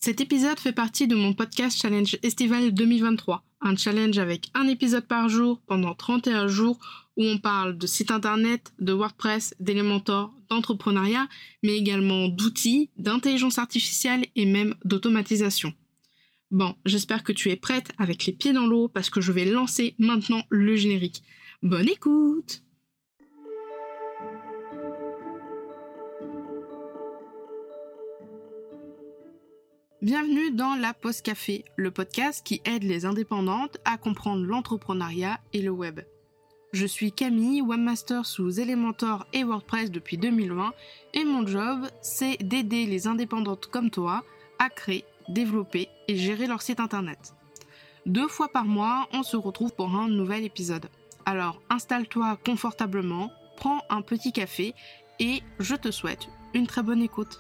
Cet épisode fait partie de mon podcast Challenge Estival 2023, un challenge avec un épisode par jour pendant 31 jours où on parle de site internet, de WordPress, d'Elementor, d'entrepreneuriat, mais également d'outils, d'intelligence artificielle et même d'automatisation. Bon, j'espère que tu es prête avec les pieds dans l'eau parce que je vais lancer maintenant le générique. Bonne écoute! Bienvenue dans la Pause Café, le podcast qui aide les indépendantes à comprendre l'entrepreneuriat et le web. Je suis Camille, webmaster sous Elementor et WordPress depuis 2020 et mon job, c'est d'aider les indépendantes comme toi à créer, développer et gérer leur site internet. 2 fois par mois, on se retrouve pour un nouvel épisode. Alors installe-toi confortablement, prends un petit café et je te souhaite une très bonne écoute.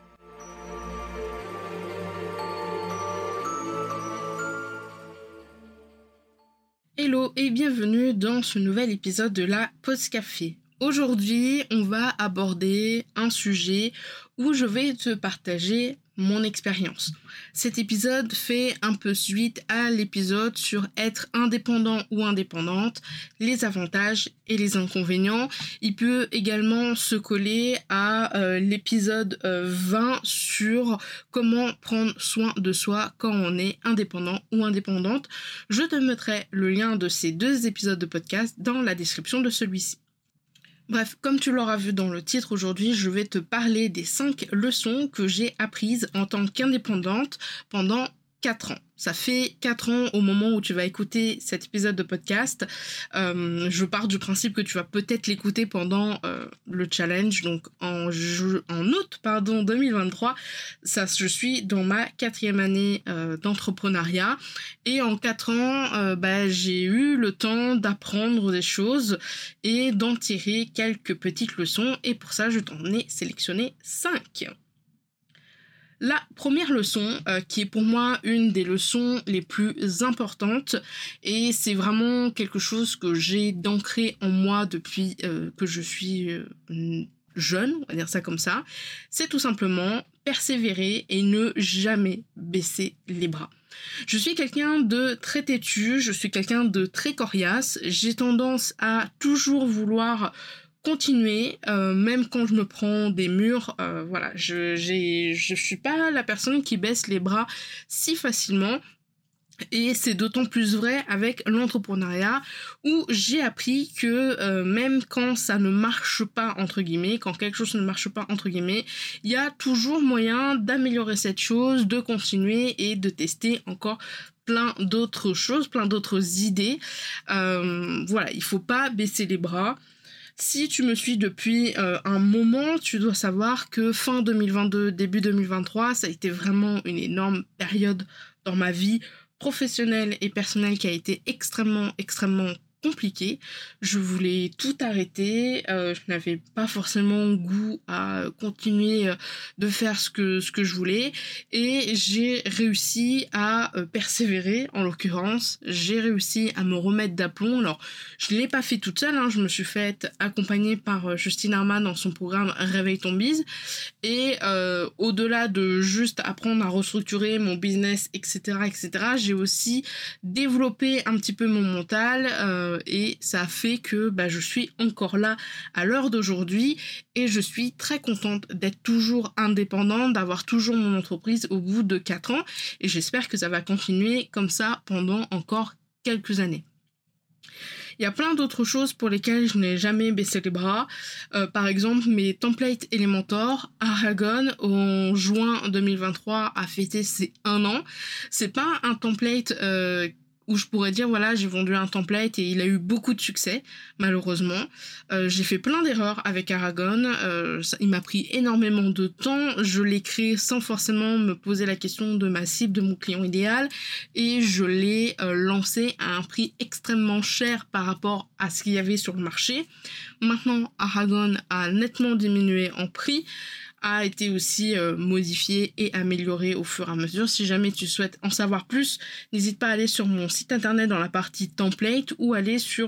Hello et bienvenue dans ce nouvel épisode de la Pause Café. Aujourd'hui, on va aborder un sujet où je vais te partager mon expérience. Cet épisode fait un peu suite à l'épisode sur être indépendant ou indépendante, les avantages et les inconvénients. Il peut également se coller à l'épisode 20 sur comment prendre soin de soi quand on est indépendant ou indépendante. Je te mettrai le lien de ces 2 épisodes de podcast dans la description de celui-ci. Bref, comme tu l'auras vu dans le titre, aujourd'hui, je vais te parler des 5 leçons que j'ai apprises en tant qu'indépendante pendant 4 ans. Ça fait 4 ans au moment où tu vas écouter cet épisode de podcast. Je pars du principe que tu vas peut-être l'écouter pendant le challenge, donc en août 2023. Je suis dans ma 4e année d'entrepreneuriat et en 4 ans, j'ai eu le temps d'apprendre des choses et d'en tirer quelques petites leçons et pour ça, je t'en ai sélectionné 5. La première leçon, qui est pour moi une des leçons les plus importantes, et c'est vraiment quelque chose que j'ai d'ancré en moi depuis que je suis jeune, on va dire ça comme ça, c'est tout simplement persévérer et ne jamais baisser les bras. Je suis quelqu'un de très têtu, je suis quelqu'un de très coriace, j'ai tendance à toujours vouloir continuer, même quand je me prends des murs, je suis pas la personne qui baisse les bras si facilement. Et c'est d'autant plus vrai avec l'entrepreneuriat où j'ai appris que même quand ça ne marche pas entre guillemets, quand quelque chose ne marche pas entre guillemets, il y a toujours moyen d'améliorer cette chose, de continuer et de tester encore plein d'autres choses, plein d'autres idées. Il faut pas baisser les bras. Si tu me suis depuis un moment, tu dois savoir que fin 2022, début 2023, ça a été vraiment une énorme période dans ma vie professionnelle et personnelle qui a été extrêmement compliquée. Je voulais tout arrêter, je n'avais pas forcément goût à continuer de faire ce que je voulais et j'ai réussi à persévérer, en l'occurrence, j'ai réussi à me remettre d'aplomb. Alors, je ne l'ai pas fait toute seule, je me suis faite accompagner par Justine Arman dans son programme Réveille ton biz et au-delà de juste apprendre à restructurer mon business, etc., j'ai aussi développé un petit peu mon mental et ça a fait que je suis encore là à l'heure d'aujourd'hui et je suis très contente d'être toujours indépendante, d'avoir toujours mon entreprise au bout de 4 ans et j'espère que ça va continuer comme ça pendant encore quelques années. Il y a plein d'autres choses pour lesquelles je n'ai jamais baissé les bras. Par exemple, mes templates Elementor, Aragon, en juin 2023, a fêté ses 1 an. C'est pas un template où je pourrais dire j'ai vendu un template et il a eu beaucoup de succès, malheureusement. J'ai fait plein d'erreurs avec Aragon, il m'a pris énormément de temps, je l'ai créé sans forcément me poser la question de ma cible, de mon client idéal, et je l'ai lancé à un prix extrêmement cher par rapport à ce qu'il y avait sur le marché. Maintenant, Aragon a nettement diminué en prix, a été aussi modifié et amélioré au fur et à mesure. Si jamais tu souhaites en savoir plus, n'hésite pas à aller sur mon site internet dans la partie template ou aller sur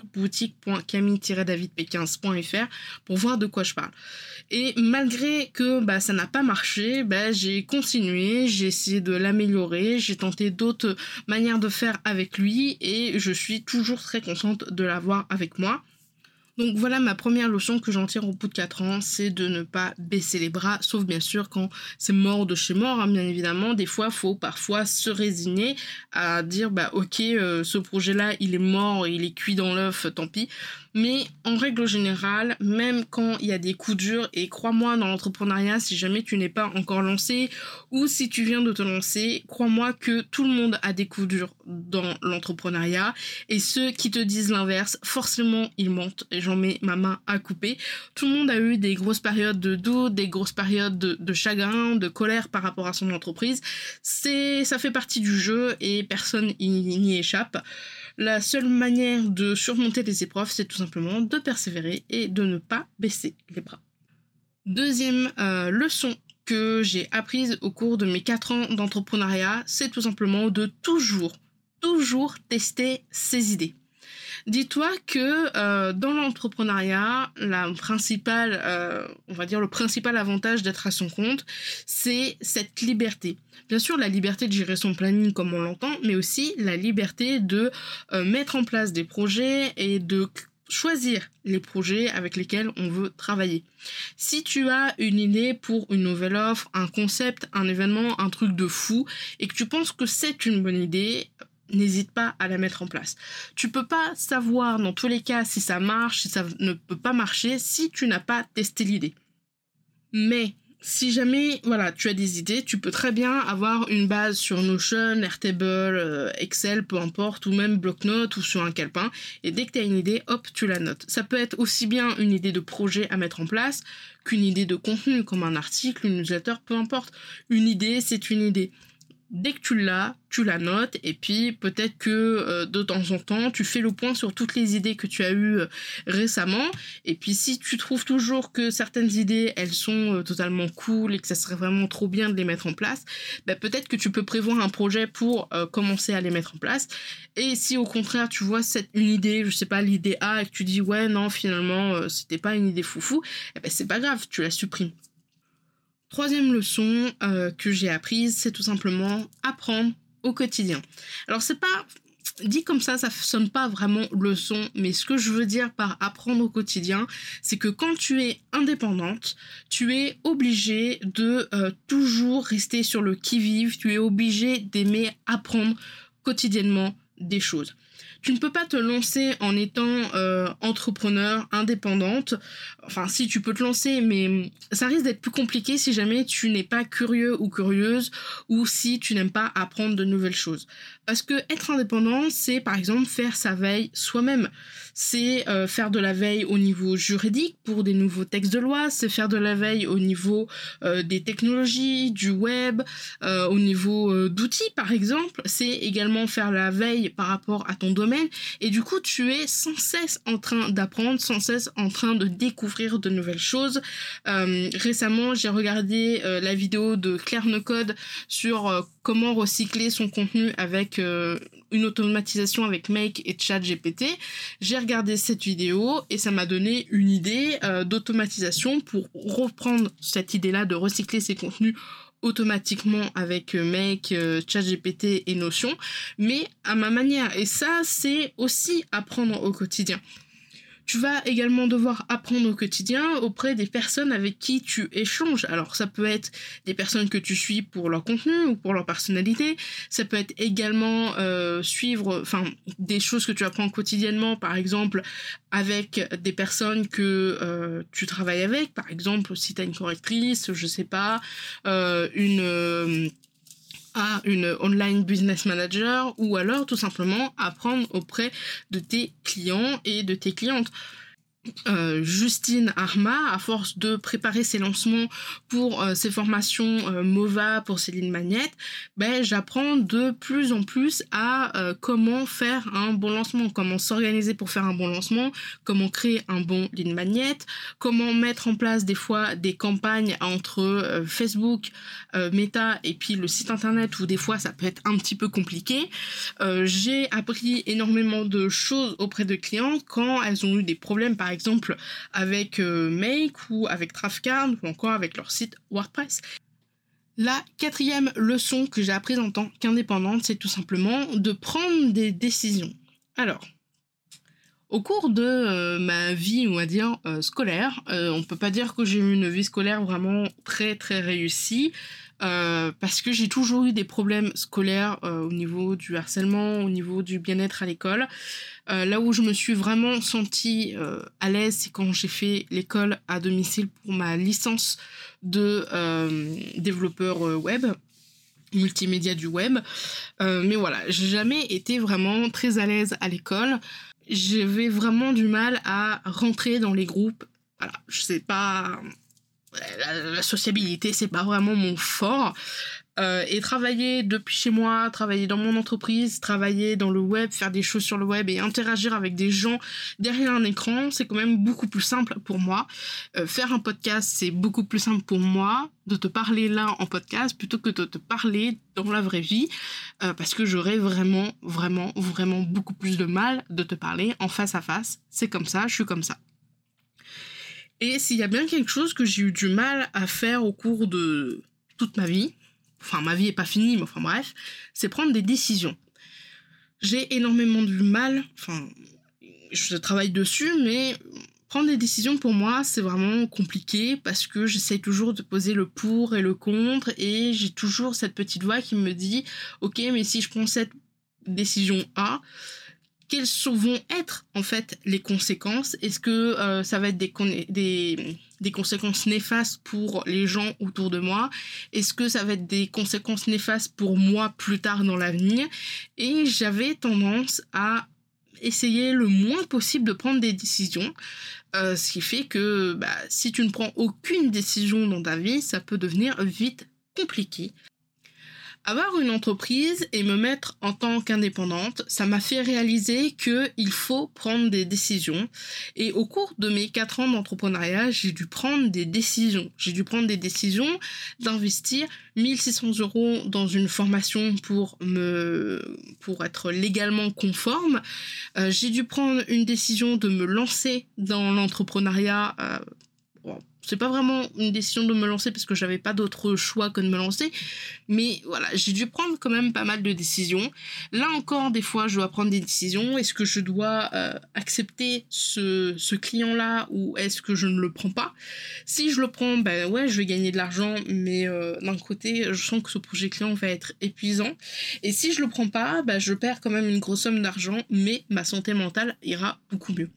boutique.camille-davidp15.fr pour voir de quoi je parle. Et malgré que ça n'a pas marché, j'ai continué, j'ai essayé de l'améliorer, j'ai tenté d'autres manières de faire avec lui et je suis toujours très contente de l'avoir avec moi. Donc voilà ma première leçon que j'en tire au bout de 4 ans, c'est de ne pas baisser les bras, sauf bien sûr quand c'est mort de chez mort, bien évidemment. Des fois, faut parfois se résigner à dire ok, ce projet-là, il est mort, il est cuit dans l'œuf, tant pis. Mais en règle générale, même quand il y a des coups durs, et crois-moi, dans l'entrepreneuriat, si jamais tu n'es pas encore lancé ou si tu viens de te lancer, crois-moi que tout le monde a des coups durs dans l'entrepreneuriat. Et ceux qui te disent l'inverse, forcément, ils mentent. Et j'en mets ma main à couper. Tout le monde a eu des grosses périodes de doute, des grosses périodes de chagrin, de colère par rapport à son entreprise. Ça fait partie du jeu et personne n'y échappe. La seule manière de surmonter les épreuves, c'est tout simplement de persévérer et de ne pas baisser les bras. Deuxième leçon que j'ai apprise au cours de mes 4 ans d'entrepreneuriat, c'est tout simplement de toujours tester ses idées. Dis-toi que dans l'entrepreneuriat, le principal avantage d'être à son compte, c'est cette liberté. Bien sûr, la liberté de gérer son planning comme on l'entend, mais aussi la liberté de mettre en place des projets et de choisir les projets avec lesquels on veut travailler. Si tu as une idée pour une nouvelle offre, un concept, un événement, un truc de fou, et que tu penses que c'est une bonne idée, n'hésite pas à la mettre en place. Tu peux pas savoir dans tous les cas si ça marche, si ça ne peut pas marcher, si tu n'as pas testé l'idée. Mais si jamais tu as des idées, tu peux très bien avoir une base sur Notion, Airtable, Excel, peu importe, ou même bloc-notes ou sur un calepin, et dès que tu as une idée, hop, tu la notes. Ça peut être aussi bien une idée de projet à mettre en place qu'une idée de contenu, comme un article, une newsletter, peu importe. Une idée, c'est une idée. Dès que tu l'as, tu la notes et puis peut-être que de temps en temps, tu fais le point sur toutes les idées que tu as eues récemment. Et puis si tu trouves toujours que certaines idées, elles sont totalement cool et que ça serait vraiment trop bien de les mettre en place, peut-être que tu peux prévoir un projet pour commencer à les mettre en place. Et si au contraire, tu vois une idée, je sais pas, l'idée A, et que tu dis ouais, non, finalement, c'était pas une idée foufou, c'est pas grave, tu la supprimes. Troisième leçon que j'ai apprise, c'est tout simplement apprendre au quotidien. Alors c'est pas dit comme ça sonne pas vraiment leçon, mais ce que je veux dire par apprendre au quotidien, c'est que quand tu es indépendante, tu es obligée de toujours rester sur le qui-vive, tu es obligée d'aimer apprendre quotidiennement des choses. Tu ne peux pas te lancer en étant entrepreneur, indépendante. Enfin, si, tu peux te lancer, mais ça risque d'être plus compliqué si jamais tu n'es pas curieux ou curieuse ou si tu n'aimes pas apprendre de nouvelles choses. Parce que être indépendant, c'est par exemple faire sa veille soi-même. C'est faire de la veille au niveau juridique pour des nouveaux textes de loi, c'est faire de la veille au niveau des technologies, du web, au niveau d'outils par exemple. C'est également faire la veille par rapport à ton domaine et du coup tu es sans cesse en train d'apprendre, sans cesse en train de découvrir de nouvelles choses. Récemment j'ai regardé la vidéo de Claire Nocode sur comment recycler son contenu avec une automatisation avec Make et ChatGPT. J'ai regardé cette vidéo et ça m'a donné une idée d'automatisation pour reprendre cette idée-là de recycler ses contenus automatiquement avec Make, ChatGPT et Notion, mais à ma manière. Et ça, c'est aussi apprendre au quotidien. Tu vas également devoir apprendre au quotidien auprès des personnes avec qui tu échanges. Alors ça peut être des personnes que tu suis pour leur contenu ou pour leur personnalité. Ça peut être également suivre des choses que tu apprends quotidiennement, par exemple avec des personnes que tu travailles avec. Par exemple, si tu as une correctrice, je sais pas, une online business manager ou alors tout simplement apprendre auprès de tes clients et de tes clientes. Justine Arma, à force de préparer ses lancements pour ses formations MOVA pour Céline Magnette, j'apprends de plus en plus à comment faire un bon lancement, comment s'organiser pour faire un bon lancement, comment créer un bon lead magnet, comment mettre en place des fois des campagnes entre Facebook, Meta et puis le site internet où des fois ça peut être un petit peu compliqué. J'ai appris énormément de choses auprès de clients quand elles ont eu des problèmes par exemple avec Make ou avec Trafcard ou encore avec leur site WordPress. La 4e leçon que j'ai apprise en tant qu'indépendante, c'est tout simplement de prendre des décisions. Alors, au cours de ma vie, on va dire, scolaire, on peut pas dire que j'ai eu une vie scolaire vraiment très très réussie, parce que j'ai toujours eu des problèmes scolaires au niveau du harcèlement, au niveau du bien-être à l'école. Là où je me suis vraiment sentie à l'aise, c'est quand j'ai fait l'école à domicile pour ma licence de développeur web, multimédia du web. Mais voilà, j'ai jamais été vraiment très à l'aise à l'école. J'avais vraiment du mal à rentrer dans les groupes. Voilà, je sais pas... La sociabilité, c'est pas vraiment mon fort. Et travailler depuis chez moi, travailler dans mon entreprise, travailler dans le web, faire des choses sur le web et interagir avec des gens derrière un écran, c'est quand même beaucoup plus simple pour moi. Faire un podcast, c'est beaucoup plus simple pour moi de te parler là en podcast plutôt que de te parler dans la vraie vie, parce que j'aurais vraiment beaucoup plus de mal de te parler en face à face. C'est comme ça, je suis comme ça. Et s'il y a bien quelque chose que j'ai eu du mal à faire au cours de toute ma vie, enfin ma vie est pas finie, mais enfin bref, c'est prendre des décisions. J'ai énormément de mal, enfin je travaille dessus, mais prendre des décisions pour moi c'est vraiment compliqué parce que j'essaie toujours de poser le pour et le contre et j'ai toujours cette petite voix qui me dit ok mais si je prends cette décision A, quelles vont être en fait les conséquences? Est-ce que ça va être des conséquences néfastes pour les gens autour de moi? Est-ce que ça va être des conséquences néfastes pour moi plus tard dans l'avenir? Et j'avais tendance à essayer le moins possible de prendre des décisions, ce qui fait que si tu ne prends aucune décision dans ta vie, ça peut devenir vite compliqué. Avoir une entreprise et me mettre en tant qu'indépendante, ça m'a fait réaliser qu'il faut prendre des décisions. Et au cours de mes 4 ans d'entrepreneuriat, j'ai dû prendre des décisions. J'ai dû prendre des décisions d'investir 1600 € dans une formation pour être légalement conforme. J'ai dû prendre une décision de me lancer dans l'entrepreneuriat. C'est pas vraiment une décision de me lancer parce que j'avais pas d'autre choix que de me lancer, mais voilà, j'ai dû prendre quand même pas mal de décisions. Là encore, des fois, je dois prendre des décisions. Est-ce que je dois accepter ce client-là ou est-ce que je ne le prends pas? Si je le prends, ouais, je vais gagner de l'argent, mais d'un côté, je sens que ce projet client va être épuisant. Et si je le prends pas, je perds quand même une grosse somme d'argent, mais ma santé mentale ira beaucoup mieux.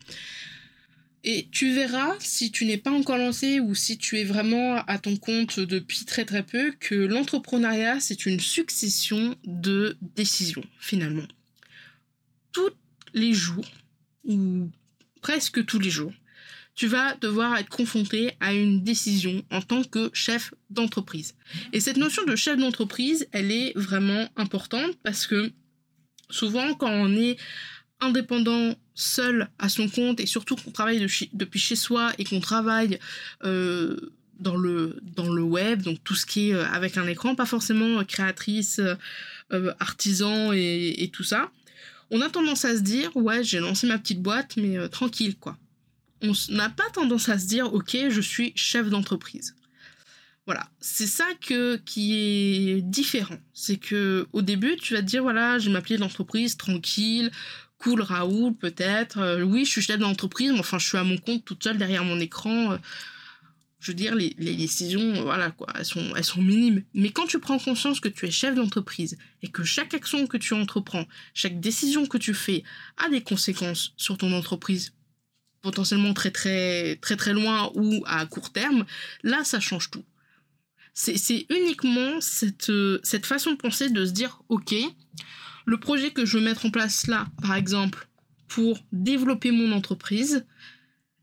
Et tu verras, si tu n'es pas encore lancé ou si tu es vraiment à ton compte depuis très très peu, que l'entrepreneuriat, c'est une succession de décisions, finalement. Tous les jours, ou presque tous les jours, tu vas devoir être confronté à une décision en tant que chef d'entreprise. Et cette notion de chef d'entreprise, elle est vraiment importante parce que souvent, quand on est indépendant, seul à son compte et surtout qu'on travaille depuis chez soi et qu'on travaille dans le web, donc tout ce qui est avec un écran, pas forcément créatrice, artisan et tout ça, on a tendance à se dire ouais j'ai lancé ma petite boîte mais tranquille quoi. On n'a pas tendance à se dire ok je suis chef d'entreprise. Voilà, c'est ça qui est différent. C'est que au début tu vas te dire voilà j'ai ma petite entreprise tranquille, cool Raoul peut-être, oui je suis chef d'entreprise mais enfin je suis à mon compte toute seule derrière mon écran, je veux dire les décisions voilà quoi, elles sont minimes. Mais quand tu prends conscience que tu es chef d'entreprise et que chaque action que tu entreprends, chaque décision que tu fais a des conséquences sur ton entreprise, potentiellement très très très très loin ou à court terme, là ça change tout. C'est uniquement cette façon de penser de se dire ok, le projet que je veux mettre en place là, par exemple, pour développer mon entreprise,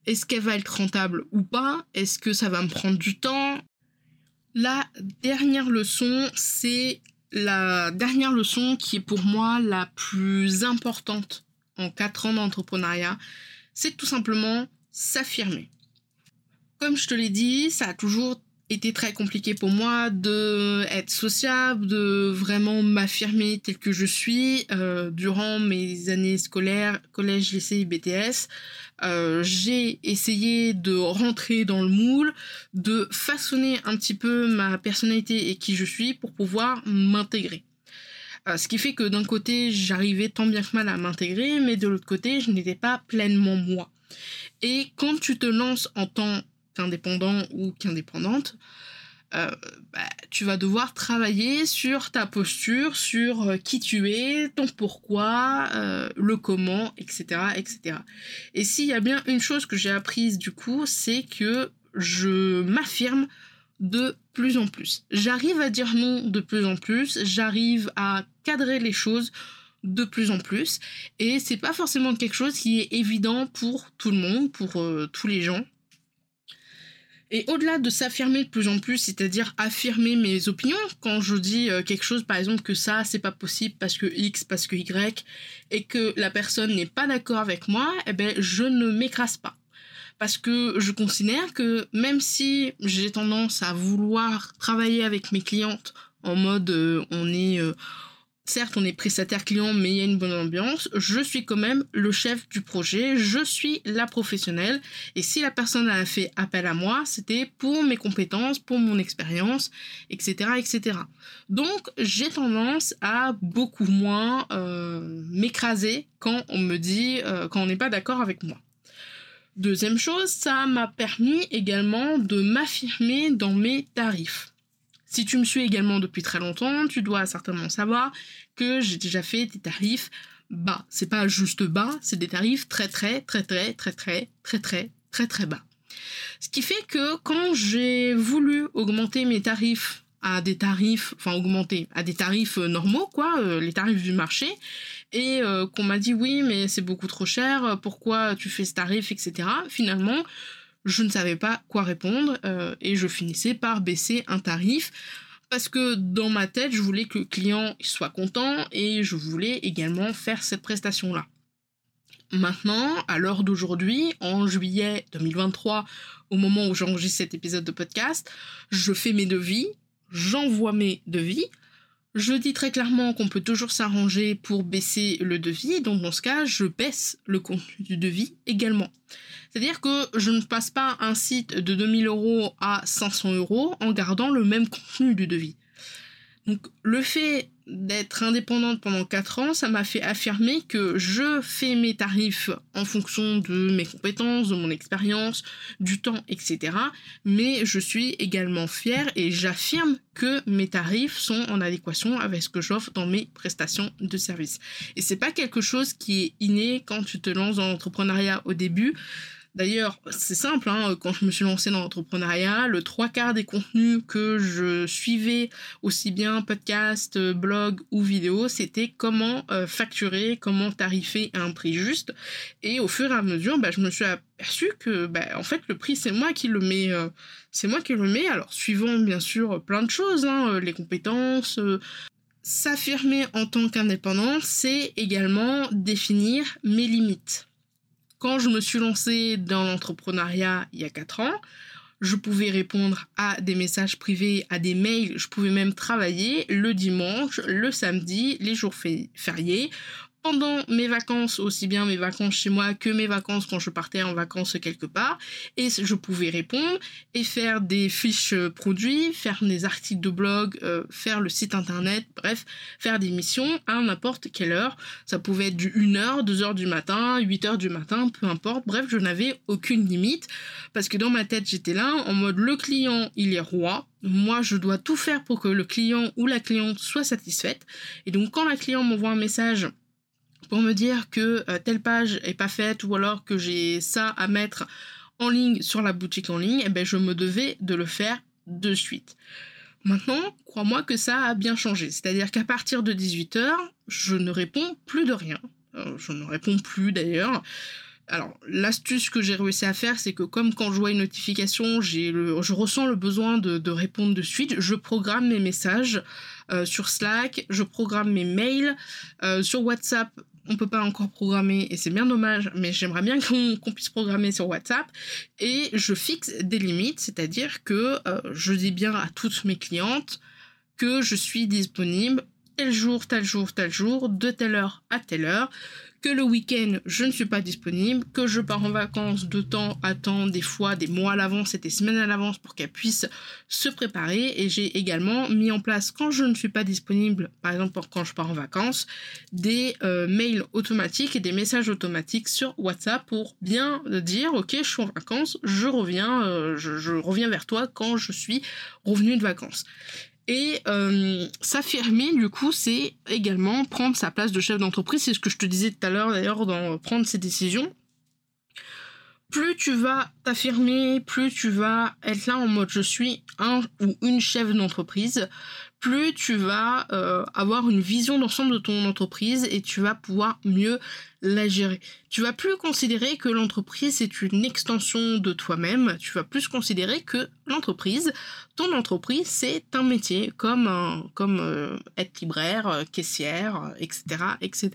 est-ce qu'elle va être rentable ou pas? Est-ce que ça va me prendre du temps? La dernière leçon, c'est la dernière leçon qui est pour moi la plus importante en 4 ans d'entrepreneuriat, c'est tout simplement s'affirmer. Comme je te l'ai dit, ça a toujours été très compliqué pour moi de être sociable, de vraiment m'affirmer tel que je suis. Durant mes années scolaires, collège, lycée, BTS, j'ai essayé de rentrer dans le moule, de façonner un petit peu ma personnalité et qui je suis pour pouvoir m'intégrer. Ce qui fait que d'un côté, j'arrivais tant bien que mal à m'intégrer, mais de l'autre côté, je n'étais pas pleinement moi. Et quand tu te lances en tant qu'indépendant ou qu'indépendante, tu vas devoir travailler sur ta posture, sur qui tu es, ton pourquoi, le comment, etc., etc. Et s'il y a bien une chose que j'ai apprise du coup, c'est que je m'affirme de plus en plus. J'arrive à dire non de plus en plus, j'arrive à cadrer les choses de plus en plus, et c'est pas forcément quelque chose qui est évident pour tout le monde, pour tous les gens. Et au-delà de s'affirmer de plus en plus, c'est-à-dire affirmer mes opinions, quand je dis quelque chose, par exemple, que ça, c'est pas possible parce que X, parce que Y, et que la personne n'est pas d'accord avec moi, je ne m'écrase pas. Parce que je considère que même si j'ai tendance à vouloir travailler avec mes clientes en mode certes, on est prestataire client, mais il y a une bonne ambiance. Je suis quand même le chef du projet. Je suis la professionnelle. Et si la personne a fait appel à moi, c'était pour mes compétences, pour mon expérience, etc., etc. Donc, j'ai tendance à beaucoup moins m'écraser quand on me dit, quand on n'est pas d'accord avec moi. Deuxième chose, ça m'a permis également de m'affirmer dans mes tarifs. Si tu me suis également depuis très longtemps, tu dois certainement savoir que j'ai déjà fait des tarifs bas. C'est pas juste bas, c'est des tarifs très bas. Ce qui fait que quand j'ai voulu augmenter mes tarifs à des tarifs, normaux, les tarifs du marché, et qu'on m'a dit oui, mais c'est beaucoup trop cher, pourquoi tu fais ce tarif, etc. Finalement, je ne savais pas quoi répondre et je finissais par baisser un tarif parce que dans ma tête, je voulais que le client soit content et je voulais également faire cette prestation-là. Maintenant, à l'heure d'aujourd'hui, en juillet 2023, au moment où j'enregistre cet épisode de podcast, je fais mes devis, j'envoie mes devis. Je dis très clairement qu'on peut toujours s'arranger pour baisser le devis, donc dans ce cas, je baisse le contenu du devis également. C'est-à-dire que je ne passe pas un site de 2000 € à 500 € en gardant le même contenu du devis. Donc le fait d'être indépendante pendant 4 ans, ça m'a fait affirmer que je fais mes tarifs en fonction de mes compétences, de mon expérience, du temps, etc. Mais je suis également fière et j'affirme que mes tarifs sont en adéquation avec ce que j'offre dans mes prestations de services. Et c'est pas quelque chose qui est inné quand tu te lances dans l'entrepreneuriat au début. D'ailleurs, c'est simple, quand je me suis lancée dans l'entrepreneuriat, le 3/4 des contenus que je suivais, aussi bien podcast, blog ou vidéo, c'était comment facturer, comment tarifer à un prix juste. Et au fur et à mesure, je me suis aperçue que en fait, le prix, c'est moi qui le mets. Alors, suivant bien sûr plein de choses, les compétences. S'affirmer en tant qu'indépendant, c'est également définir mes limites. Quand je me suis lancée dans l'entrepreneuriat il y a 4 ans, je pouvais répondre à des messages privés, à des mails, je pouvais même travailler le dimanche, le samedi, les jours fériés, pendant mes vacances, aussi bien mes vacances chez moi que mes vacances quand je partais en vacances quelque part, et je pouvais répondre et faire des fiches produits, faire des articles de blog, faire le site internet, bref, faire des missions à n'importe quelle heure. Ça pouvait être du 1h, 2h du matin, 8h du matin, peu importe, bref, je n'avais aucune limite, parce que dans ma tête, j'étais là, en mode le client, il est roi, moi, je dois tout faire pour que le client ou la cliente soit satisfaite, et donc quand la cliente m'envoie un message pour me dire que telle page est pas faite ou alors que j'ai ça à mettre en ligne sur la boutique en ligne, je me devais de le faire de suite. Maintenant, crois-moi que ça a bien changé. C'est-à-dire qu'à partir de 18h, je ne réponds plus de rien. Je ne réponds plus d'ailleurs. Alors, l'astuce que j'ai réussi à faire, c'est que comme quand je vois une notification, je ressens le besoin de répondre de suite. Je programme mes messages sur Slack, je programme mes mails. Sur WhatsApp, on peut pas encore programmer et c'est bien dommage, mais j'aimerais bien qu'on puisse programmer sur WhatsApp. Et je fixe des limites, c'est-à-dire que je dis bien à toutes mes clientes que je suis disponible tel jour, de telle heure à telle heure, que le week-end, je ne suis pas disponible, que je pars en vacances de temps à temps, des fois des mois à l'avance et des semaines à l'avance pour qu'elles puissent se préparer. Et j'ai également mis en place, quand je ne suis pas disponible, par exemple quand je pars en vacances, des mails automatiques et des messages automatiques sur WhatsApp pour bien dire, ok, je suis en vacances, je reviens vers toi quand je suis revenu de vacances. Et s'affirmer, du coup, c'est également prendre sa place de chef d'entreprise. C'est ce que je te disais tout à l'heure, d'ailleurs, dans prendre ses décisions. Plus tu vas t'affirmer, plus tu vas être là en mode je suis un ou une chef d'entreprise, plus tu vas avoir une vision d'ensemble de ton entreprise et tu vas pouvoir mieux la gérer. Tu vas plus considérer que l'entreprise est une extension de toi-même, tu vas plus considérer que ton entreprise, c'est un métier comme être libraire, caissière, etc., etc.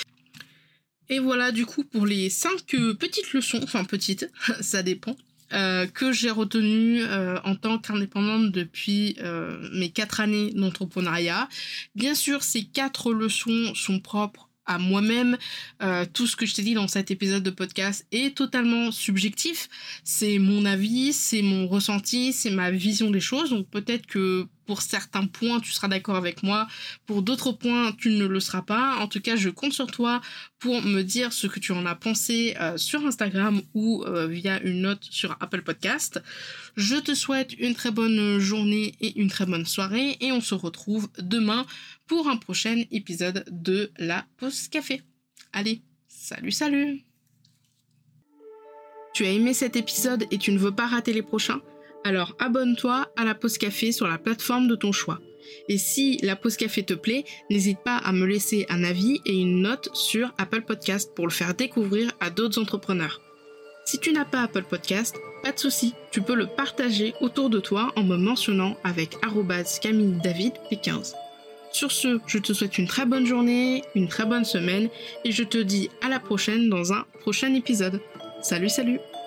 Et voilà, du coup, pour les 5 petites leçons, enfin petites, ça dépend, que j'ai retenues en tant qu'indépendante depuis mes 4 années d'entrepreneuriat. Bien sûr, ces 4 leçons sont propres à moi-même. Tout ce que je t'ai dit dans cet épisode de podcast est totalement subjectif. C'est mon avis, c'est mon ressenti, c'est ma vision des choses. Donc peut-être que pour certains points, tu seras d'accord avec moi. Pour d'autres points, tu ne le seras pas. En tout cas, je compte sur toi pour me dire ce que tu en as pensé sur Instagram ou via une note sur Apple Podcast. Je te souhaite une très bonne journée et une très bonne soirée et on se retrouve demain pour un prochain épisode de la Pause Café. Allez, salut! Tu as aimé cet épisode et tu ne veux pas rater les prochains ? Alors abonne-toi à la Pause Café sur la plateforme de ton choix. Et si la Pause Café te plaît, n'hésite pas à me laisser un avis et une note sur Apple Podcast pour le faire découvrir à d'autres entrepreneurs. Si tu n'as pas Apple Podcast, pas de souci, tu peux le partager autour de toi en me mentionnant avec @CamilleDavidP15. Sur ce, je te souhaite une très bonne journée, une très bonne semaine et je te dis à la prochaine dans un prochain épisode. Salut!